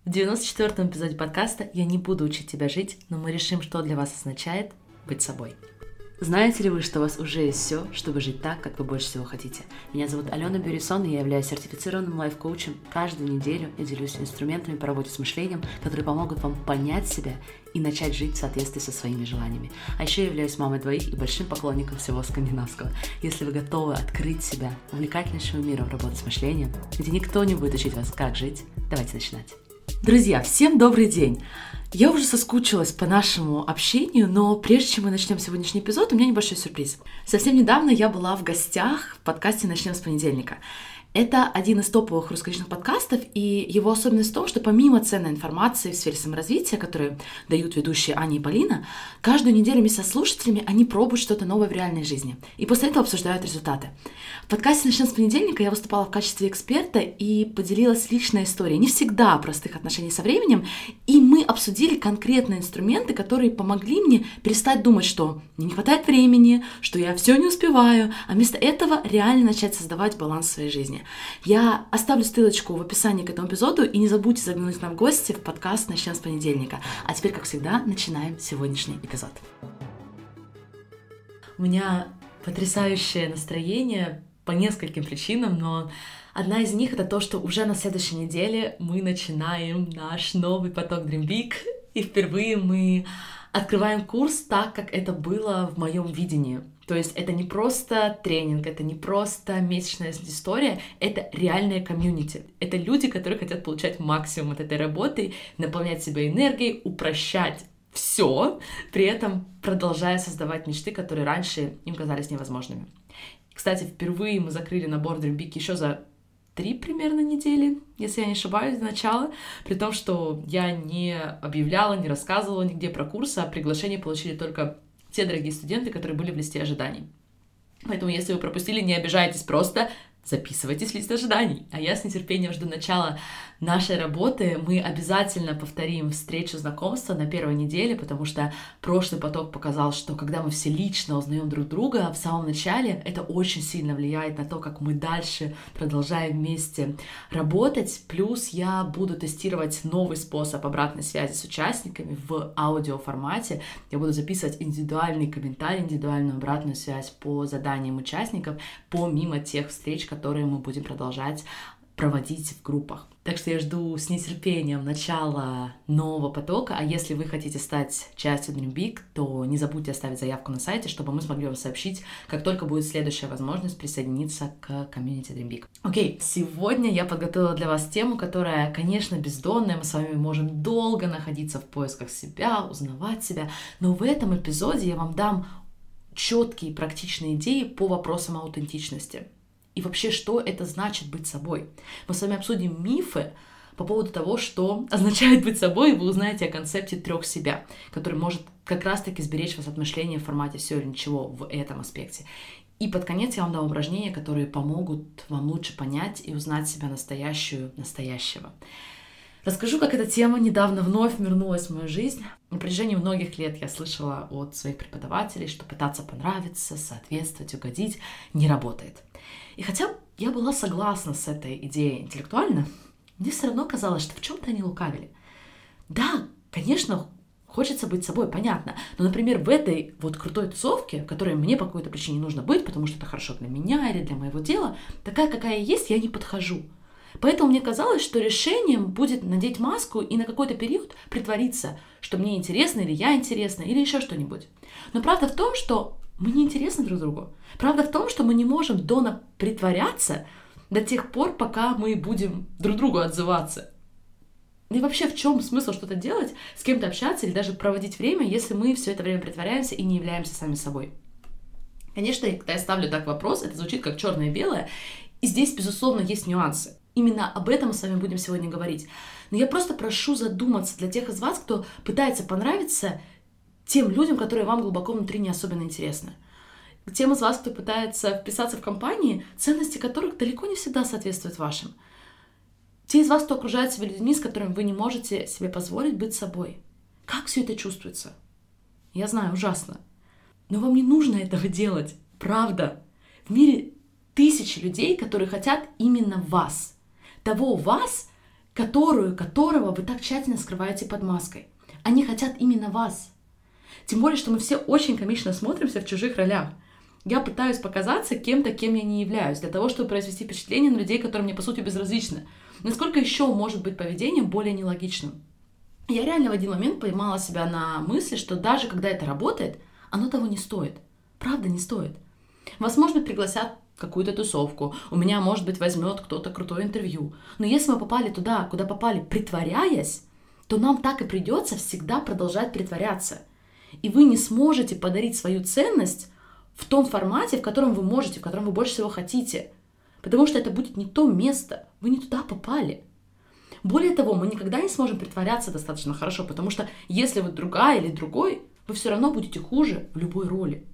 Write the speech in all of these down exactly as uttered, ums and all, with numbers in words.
В девяносто четвёртом эпизоде подкаста «Я не буду учить тебя жить, но мы решим, что для вас означает быть собой». Знаете ли вы, что у вас уже есть все, чтобы жить так, как вы больше всего хотите? Меня зовут Алена Бюрисон, и я являюсь сертифицированным лайф-коучем. Каждую неделю я делюсь инструментами по работе с мышлением, которые помогут вам понять себя и начать жить в соответствии со своими желаниями. А еще я являюсь мамой двоих и большим поклонником всего скандинавского. Если вы готовы открыть себя увлекательнейшему миру работы с мышлением, где никто не будет учить вас, как жить, давайте начинать. Друзья, всем добрый день! Я уже соскучилась по нашему общению, но прежде чем мы начнем сегодняшний эпизод, у меня небольшой сюрприз. Совсем недавно я была в гостях в подкасте «Начнем с понедельника». Это один из топовых русскоязычных подкастов, и его особенность в том, что помимо ценной информации в сфере саморазвития, которые дают ведущие Аня и Полина, каждую неделю вместе со слушателями они пробуют что-то новое в реальной жизни, и после этого обсуждают результаты. В подкасте «Начнем с понедельника» я выступала в качестве эксперта и поделилась личной историей, не всегда простых отношений со временем, и мы обсудили конкретные инструменты, которые помогли мне перестать думать, что мне не хватает времени, что я все не успеваю, а вместо этого реально начать создавать баланс в своей жизни. Я оставлю ссылочку в описании к этому эпизоду, и не забудьте заглянуть к нам в гости в подкаст «Начнем с понедельника». А теперь, как всегда, начинаем сегодняшний эпизод. У меня потрясающее настроение по нескольким причинам, но одна из них — это то, что уже на следующей неделе мы начинаем наш новый поток Dream Big, и впервые мы открываем курс так, как это было в моем видении. То есть это не просто тренинг, это не просто месячная история, это реальное комьюнити. Это люди, которые хотят получать максимум от этой работы, наполнять себя энергией, упрощать все, при этом продолжая создавать мечты, которые раньше им казались невозможными. Кстати, впервые мы закрыли набор Dream Big еще за три примерно недели, если я не ошибаюсь, до начала, при том, что я не объявляла, не рассказывала нигде про курсы, а приглашение получили только те дорогие студенты, которые были в листе ожиданий. Поэтому, если вы пропустили, не обижайтесь, просто записывайтесь в лист ожиданий. А я с нетерпением жду начала нашей работы. Мы обязательно повторим встречу знакомства на первой неделе, потому что прошлый поток показал, что когда мы все лично узнаем друг друга в самом начале, это очень сильно влияет на то, как мы дальше продолжаем вместе работать. Плюс я буду тестировать новый способ обратной связи с участниками в аудиоформате. Я буду записывать индивидуальный комментарий, индивидуальную обратную связь по заданиям участников, помимо тех встреч, которые мы будем продолжать проводить в группах. Так что я жду с нетерпением начала нового потока, а если вы хотите стать частью Dream Big, то не забудьте оставить заявку на сайте, чтобы мы смогли вам сообщить, как только будет следующая возможность присоединиться к комьюнити Dream Big. Окей, сегодня я подготовила для вас тему, которая, конечно, бездонная, мы с вами можем долго находиться в поисках себя, узнавать себя, но в этом эпизоде я вам дам четкие практичные идеи по вопросам аутентичности. И вообще, что это значит быть собой? Мы с вами обсудим мифы по поводу того, что означает быть собой, и вы узнаете о концепте трех себя, который может как раз-таки сберечь вас от мышления в формате «все или ничего» в этом аспекте. И под конец я вам дам упражнения, которые помогут вам лучше понять и узнать себя настоящую, настоящего. Расскажу, как эта тема недавно вновь вернулась в мою жизнь. На протяжении многих лет я слышала от своих преподавателей, что пытаться понравиться, соответствовать, угодить не работает. И хотя я была согласна с этой идеей интеллектуально, мне все равно казалось, что в чем-то они лукавили. Да, конечно, хочется быть собой, понятно. Но, например, в этой вот крутой тусовке, в которой мне по какой-то причине нужно быть, потому что это хорошо для меня или для моего дела, такая, какая я есть, я не подхожу. Поэтому мне казалось, что решением будет надеть маску и на какой-то период притвориться, что мне интересно, или я интересна, или еще что-нибудь. Но правда в том, что мы не интересны друг другу. Правда в том, что мы не можем дона притворяться до тех пор, пока мы будем друг другу отзываться. И вообще, в чем смысл что-то делать, с кем-то общаться или даже проводить время, если мы все это время притворяемся и не являемся сами собой? Конечно, когда я ставлю так вопрос, это звучит как черное и белое, и здесь, безусловно, есть нюансы. Именно об этом мы с вами будем сегодня говорить. Но я просто прошу задуматься для тех из вас, кто пытается понравиться тем людям, которые вам глубоко внутри не особенно интересны. Тем из вас, кто пытается вписаться в компании, ценности которых далеко не всегда соответствуют вашим. Те из вас, кто окружает себя людьми, с которыми вы не можете себе позволить быть собой. Как все это чувствуется? Я знаю, ужасно. Но вам не нужно этого делать. Правда. В мире тысячи людей, которые хотят именно вас. Того вас, которую, которого вы так тщательно скрываете под маской. Они хотят именно вас. Тем более, что мы все очень комично смотримся в чужих ролях. Я пытаюсь показаться кем-то, кем я не являюсь, для того, чтобы произвести впечатление на людей, которые мне, по сути, безразличны. Насколько еще может быть поведение более нелогичным? Я реально в один момент поймала себя на мысли, что даже когда это работает, оно того не стоит. Правда, не стоит. Вас, может быть, пригласят в какую-то тусовку, у меня, может быть, возьмет кто-то крутое интервью. Но если мы попали туда, куда попали, притворяясь, то нам так и придется всегда продолжать притворяться. И вы не сможете подарить свою ценность в том формате, в котором вы можете, в котором вы больше всего хотите. Потому что это будет не то место, вы не туда попали. Более того, мы никогда не сможем притворяться достаточно хорошо, потому что если вы другая или другой, вы все равно будете хуже в любой роли.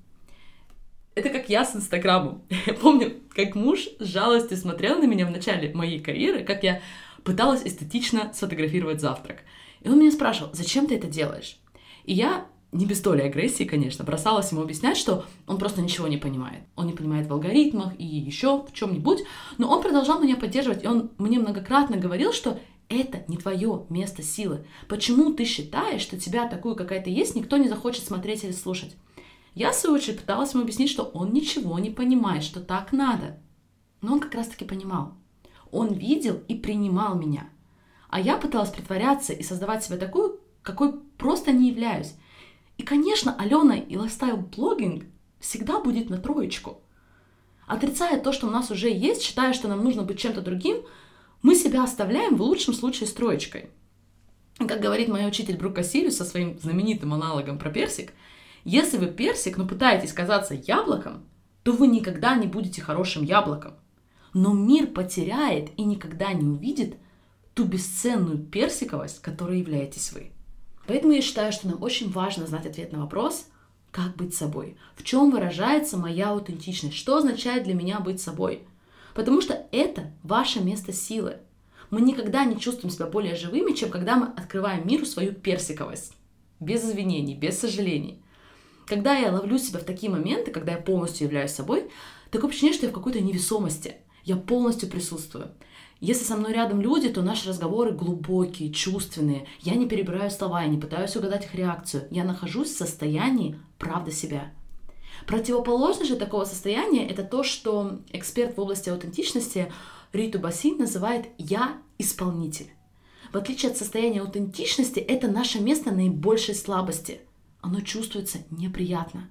Это как я с Инстаграмом. Я помню, как муж с жалостью смотрел на меня в начале моей карьеры, как я пыталась эстетично сфотографировать завтрак. И он меня спрашивал, зачем ты это делаешь? И я, не без доли агрессии, конечно, бросалась ему объяснять, что он просто ничего не понимает. Он не понимает в алгоритмах и еще в чем-нибудь, но он продолжал меня поддерживать, и он мне многократно говорил, что это не твое место силы. Почему ты считаешь, что тебя такую, какая ты есть, никто не захочет смотреть или слушать? Я, в свою очередь, пыталась ему объяснить, что он ничего не понимает, что так надо. Но он как раз-таки понимал. Он видел и принимал меня. А я пыталась притворяться и создавать себя такую, какой просто не являюсь. И, конечно, Алена и лайфстайл-блогинг всегда будет на троечку. Отрицая то, что у нас уже есть, считая, что нам нужно быть чем-то другим, мы себя оставляем в лучшем случае с троечкой. Как говорит мой учитель Брук Кассилиус со своим знаменитым аналогом про персик, если вы персик, но пытаетесь казаться яблоком, то вы никогда не будете хорошим яблоком. Но мир потеряет и никогда не увидит ту бесценную персиковость, которой являетесь вы. Поэтому я считаю, что нам очень важно знать ответ на вопрос, как быть собой, в чем выражается моя аутентичность, что означает для меня быть собой. Потому что это ваше место силы. Мы никогда не чувствуем себя более живыми, чем когда мы открываем миру свою персиковость. Без извинений, без сожалений. Когда я ловлю себя в такие моменты, когда я полностью являюсь собой, такое ощущение, что я в какой-то невесомости. Я полностью присутствую. Если со мной рядом люди, то наши разговоры глубокие, чувственные. Я не перебираю слова, я не пытаюсь угадать их реакцию. Я нахожусь в состоянии правды себя. Противоположность же такого состояния – это то, что эксперт в области аутентичности Риту Басин называет «я исполнитель». В отличие от состояния аутентичности, это наше место наибольшей слабости. Оно чувствуется неприятно.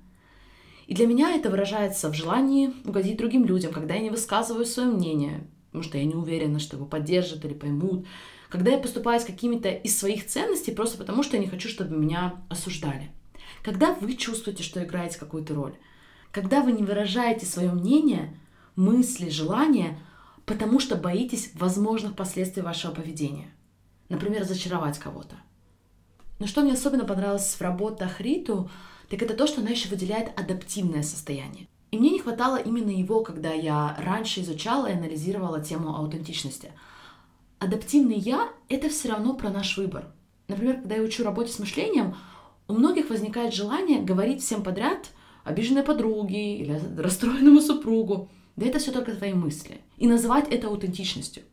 И для меня это выражается в желании угодить другим людям, когда я не высказываю свое мнение, потому что я не уверена, что его поддержат или поймут, когда я поступаю с какими-то из своих ценностей просто потому, что я не хочу, чтобы меня осуждали. Когда вы чувствуете, что играете какую-то роль, когда вы не выражаете свое мнение, мысли, желания, потому что боитесь возможных последствий вашего поведения. Например, разочаровать кого-то. Но что мне особенно понравилось в работах Риту, так это то, что она еще выделяет адаптивное состояние. И мне не хватало именно его, когда я раньше изучала и анализировала тему аутентичности. Адаптивный «я» — это все равно про наш выбор. Например, когда я учу работе с мышлением, у многих возникает желание говорить всем подряд обиженной подруге или расстроенному супругу. Да это все только твои мысли. И называть это аутентичностью.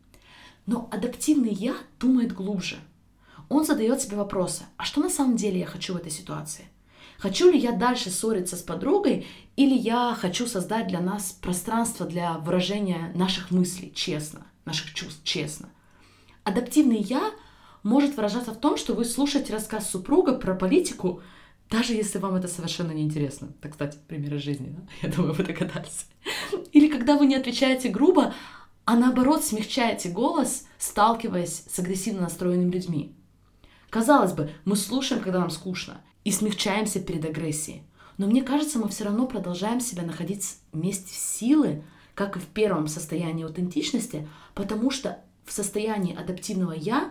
Но адаптивный «я» думает глубже. Он задает себе вопросы, а что на самом деле я хочу в этой ситуации? Хочу ли я дальше ссориться с подругой, или я хочу создать для нас пространство для выражения наших мыслей честно, наших чувств честно? Адаптивный «я» может выражаться в том, что вы слушаете рассказ супруга про политику, даже если вам это совершенно неинтересно. Это, кстати, примеры жизни, да? Я думаю, вы догадались. Или когда вы не отвечаете грубо, а наоборот смягчаете голос, сталкиваясь с агрессивно настроенными людьми. Казалось бы, мы слушаем, когда нам скучно, и смягчаемся перед агрессией. Но мне кажется, мы все равно продолжаем себя находить вместе силы, как и в первом состоянии аутентичности, потому что в состоянии адаптивного «я»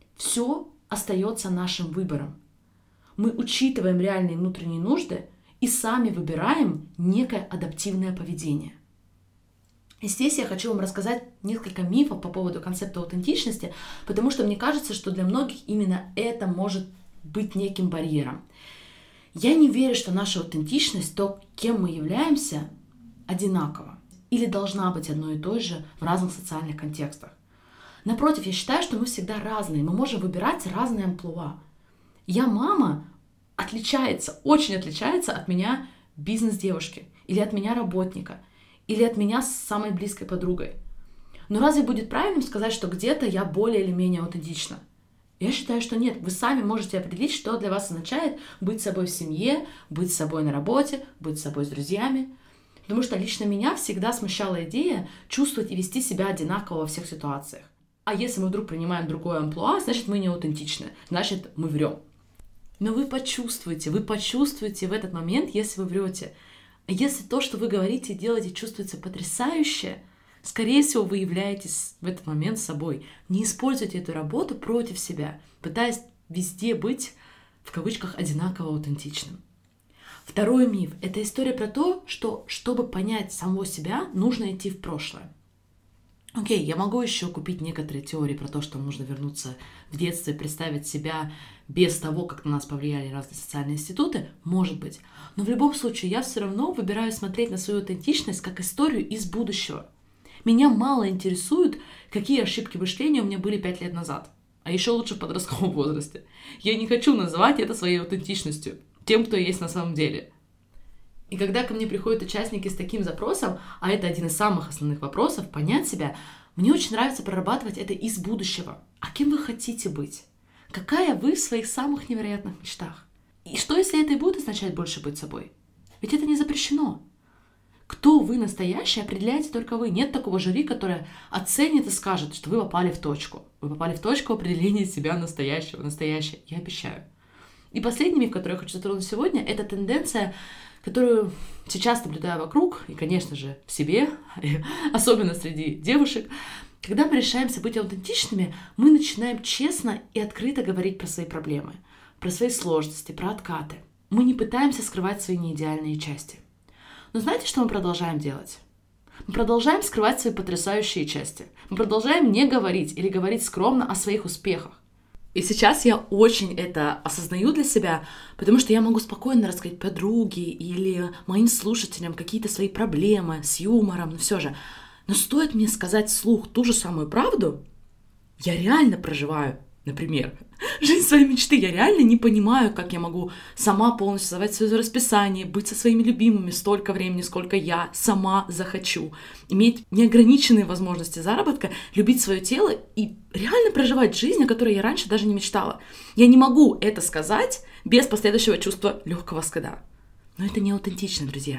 все остается нашим выбором. Мы учитываем реальные внутренние нужды и сами выбираем некое адаптивное поведение. И здесь я хочу вам рассказать несколько мифов по поводу концепта аутентичности, потому что мне кажется, что для многих именно это может быть неким барьером. Я не верю, что наша аутентичность, то, кем мы являемся, одинаково или должна быть одной и той же в разных социальных контекстах. Напротив, я считаю, что мы всегда разные, мы можем выбирать разные амплуа. Я мама отличается, очень отличается от меня бизнес-девушки, или от меня работника, или от меня с самой близкой подругой. Но разве будет правильным сказать, что где-то я более или менее аутентична? Я считаю, что нет. Вы сами можете определить, что для вас означает быть собой в семье, быть собой на работе, быть собой с друзьями. Потому что лично меня всегда смущала идея чувствовать и вести себя одинаково во всех ситуациях. А если мы вдруг принимаем другое амплуа, значит мы не аутентичны, значит мы врем. Но вы почувствуете, вы почувствуете в этот момент, если вы врете. А если то, что вы говорите и делаете, чувствуется потрясающе, скорее всего, вы являетесь в этот момент собой. Не используйте эту работу против себя, пытаясь везде быть, в кавычках, одинаково аутентичным. Второй миф – это история про то, что, чтобы понять самого себя, нужно идти в прошлое. Окей, я могу еще купить некоторые теории про то, что нужно вернуться в детство и представить себя без того, как на нас повлияли разные социальные институты, может быть. Но в любом случае я все равно выбираю смотреть на свою аутентичность как историю из будущего. Меня мало интересует, какие ошибки мышления у меня были пять лет назад, а еще лучше в подростковом возрасте. Я не хочу называть это своей аутентичностью, тем, кто есть на самом деле. И когда ко мне приходят участники с таким запросом, а это один из самых основных вопросов, понять себя, мне очень нравится прорабатывать это из будущего. А кем вы хотите быть? Какая вы в своих самых невероятных мечтах? И что, если это и будет означать больше быть собой? Ведь это не запрещено. Кто вы настоящий, определяете только вы. Нет такого жюри, которое оценит и скажет, что вы попали в точку. Вы попали в точку определения себя настоящего, настоящее. Я обещаю. И последний миф, который я хочу затронуть сегодня, это тенденция, которую сейчас наблюдаю вокруг, и, конечно же, в себе, особенно среди девушек. Когда мы решаемся быть аутентичными, мы начинаем честно и открыто говорить про свои проблемы, про свои сложности, про откаты. Мы не пытаемся скрывать свои неидеальные части. Но знаете, что мы продолжаем делать? Мы продолжаем скрывать свои потрясающие части. Мы продолжаем не говорить или говорить скромно о своих успехах. И сейчас я очень это осознаю для себя, потому что я могу спокойно рассказать подруге или моим слушателям какие-то свои проблемы с юмором, но все же. Но стоит мне сказать вслух ту же самую правду, я реально проживаю, например, жизнь своей мечты. Я реально не понимаю, как я могу сама полностью создавать свое расписание, быть со своими любимыми столько времени, сколько я сама захочу, иметь неограниченные возможности заработка, любить свое тело и реально проживать жизнь, о которой я раньше даже не мечтала. Я не могу это сказать без последующего чувства легкого стыда. Но это не аутентично, друзья.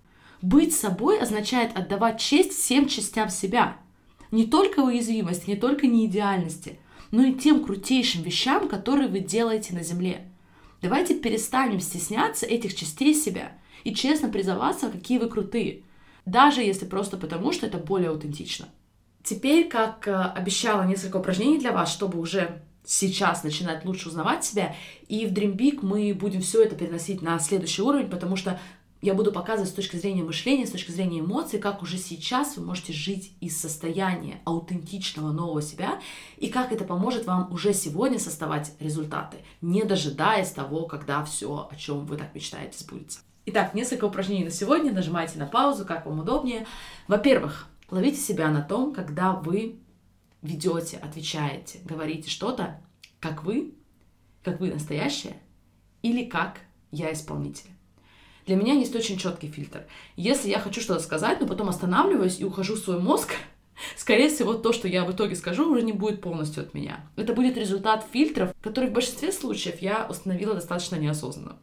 Быть собой означает отдавать честь всем частям себя. Не только уязвимости, не только неидеальности, но и тем крутейшим вещам, которые вы делаете на земле. Давайте перестанем стесняться этих частей себя и честно признаваться, какие вы крутые, даже если просто потому, что это более аутентично. Теперь, как обещала, несколько упражнений для вас, чтобы уже сейчас начинать лучше узнавать себя, и в Dream Big мы будем все это переносить на следующий уровень, потому что я буду показывать с точки зрения мышления, с точки зрения эмоций, как уже сейчас вы можете жить из состояния аутентичного нового себя, и как это поможет вам уже сегодня создавать результаты, не дожидаясь того, когда все, о чем вы так мечтаете, сбудется. Итак, несколько упражнений на сегодня. Нажимайте на паузу, как вам удобнее. Во-первых, ловите себя на том, когда вы ведете, отвечаете, говорите что-то, как вы, как вы настоящая, или как я исполнитель. Для меня есть очень четкий фильтр. Если я хочу что-то сказать, но потом останавливаюсь и ухожу в свой мозг, скорее всего, то, что я в итоге скажу, уже не будет полностью от меня. Это будет результат фильтров, которые в большинстве случаев я установила достаточно неосознанно.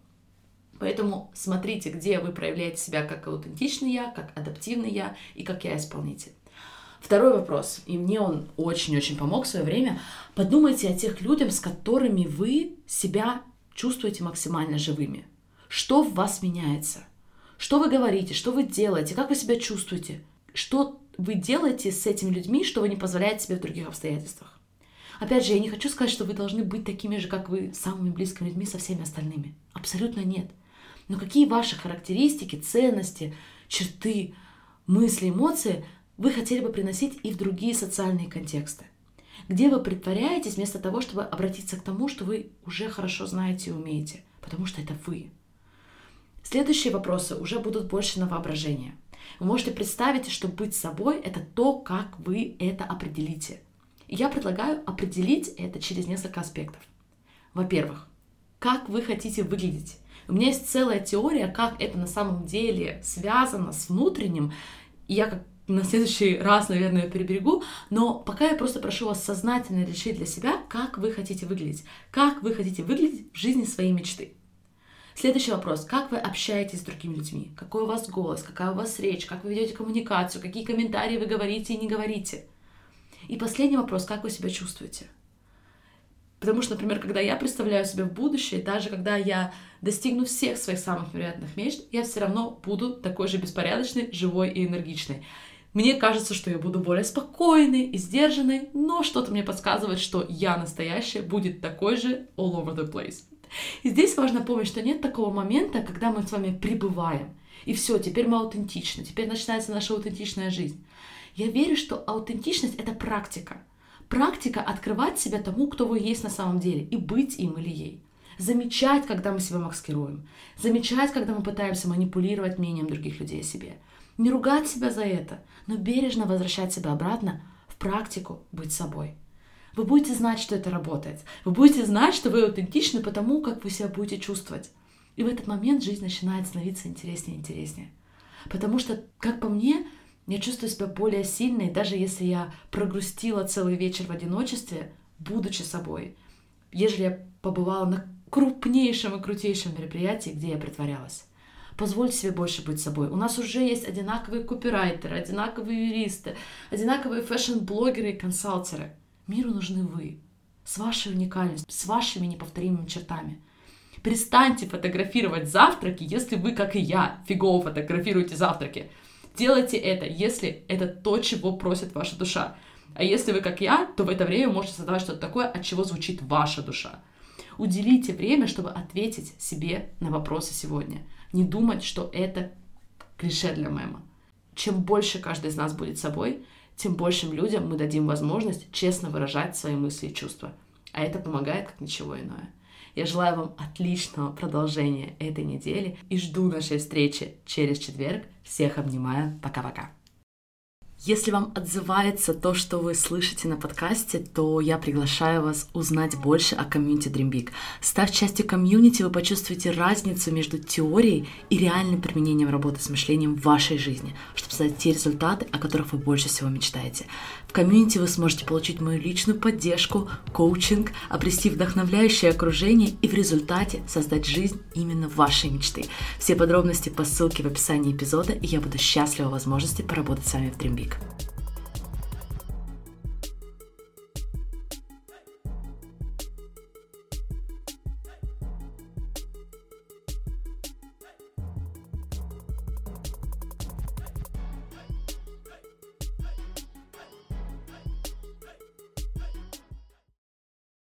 Поэтому смотрите, где вы проявляете себя как аутентичный я, как адаптивный я и как я исполнитель. Второй вопрос, и мне он очень-очень помог в свое время. Подумайте о тех людях, с которыми вы себя чувствуете максимально живыми. Что в вас меняется? Что вы говорите, что вы делаете, как вы себя чувствуете? Что вы делаете с этими людьми, что вы не позволяете себе в других обстоятельствах? Опять же, я не хочу сказать, что вы должны быть такими же, как вы, с самыми близкими людьми, со всеми остальными. Абсолютно нет. Но какие ваши характеристики, ценности, черты, мысли, эмоции вы хотели бы приносить и в другие социальные контексты? Где вы притворяетесь вместо того, чтобы обратиться к тому, что вы уже хорошо знаете и умеете? Потому что это вы. Следующие вопросы уже будут больше на воображение. Вы можете представить, что быть собой – это то, как вы это определите. И я предлагаю определить это через несколько аспектов. Во-первых, как вы хотите выглядеть. У меня есть целая теория, как это на самом деле связано с внутренним. И я как на следующий раз, наверное, переберегу, но пока я просто прошу вас сознательно решить для себя, как вы хотите выглядеть. Как вы хотите выглядеть в жизни своей мечты. Следующий вопрос. Как вы общаетесь с другими людьми? Какой у вас голос? Какая у вас речь? Как вы ведете коммуникацию? Какие комментарии вы говорите и не говорите? И последний вопрос. Как вы себя чувствуете? Потому что, например, когда я представляю себя в будущее, даже когда я достигну всех своих самых вероятных мечт, я все равно буду такой же беспорядочной, живой и энергичной. Мне кажется, что я буду более спокойной и сдержанной, но что-то мне подсказывает, что я настоящая будет такой же all over the place. И здесь важно помнить, что нет такого момента, когда мы с вами пребываем. И все, теперь мы аутентичны, теперь начинается наша аутентичная жизнь. Я верю, что аутентичность — это практика. Практика открывать себя тому, кто вы есть на самом деле, и быть им или ей. Замечать, когда мы себя маскируем. Замечать, когда мы пытаемся манипулировать мнением других людей о себе. Не ругать себя за это, но бережно возвращать себя обратно в практику быть собой. Вы будете знать, что это работает. Вы будете знать, что вы аутентичны потому, как вы себя будете чувствовать. И в этот момент жизнь начинает становиться интереснее и интереснее. Потому что, как по мне, я чувствую себя более сильной, даже если я прогрустила целый вечер в одиночестве, будучи собой, ежели я побывала на крупнейшем и крутейшем мероприятии, где я притворялась. Позвольте себе больше быть собой. У нас уже есть одинаковые копирайтеры, одинаковые юристы, одинаковые фэшн-блогеры и консалтеры. Миру нужны вы, с вашей уникальностью, с вашими неповторимыми чертами. Перестаньте фотографировать завтраки, если вы, как и я, фигово фотографируете завтраки. Делайте это, если это то, чего просит ваша душа. А если вы, как я, то в это время можете создавать что-то такое, от чего звучит ваша душа. Уделите время, чтобы ответить себе на вопросы сегодня. Не думать, что это клише для мема. Чем больше каждый из нас будет собой, тем большим людям мы дадим возможность честно выражать свои мысли и чувства. А это помогает, как ничего иное. Я желаю вам отличного продолжения этой недели и жду нашей встречи через четверг. Всех обнимаю. Пока-пока. Если вам отзывается то, что вы слышите на подкасте, то я приглашаю вас узнать больше о комьюнити Dream Big. Став частью комьюнити, вы почувствуете разницу между теорией и реальным применением работы с мышлением в вашей жизни, чтобы создать те результаты, о которых вы больше всего мечтаете. В комьюнити вы сможете получить мою личную поддержку, коучинг, обрести вдохновляющее окружение и в результате создать жизнь именно вашей мечты. Все подробности по ссылке в описании эпизода, и я буду счастлива возможности поработать с вами в Dream Big.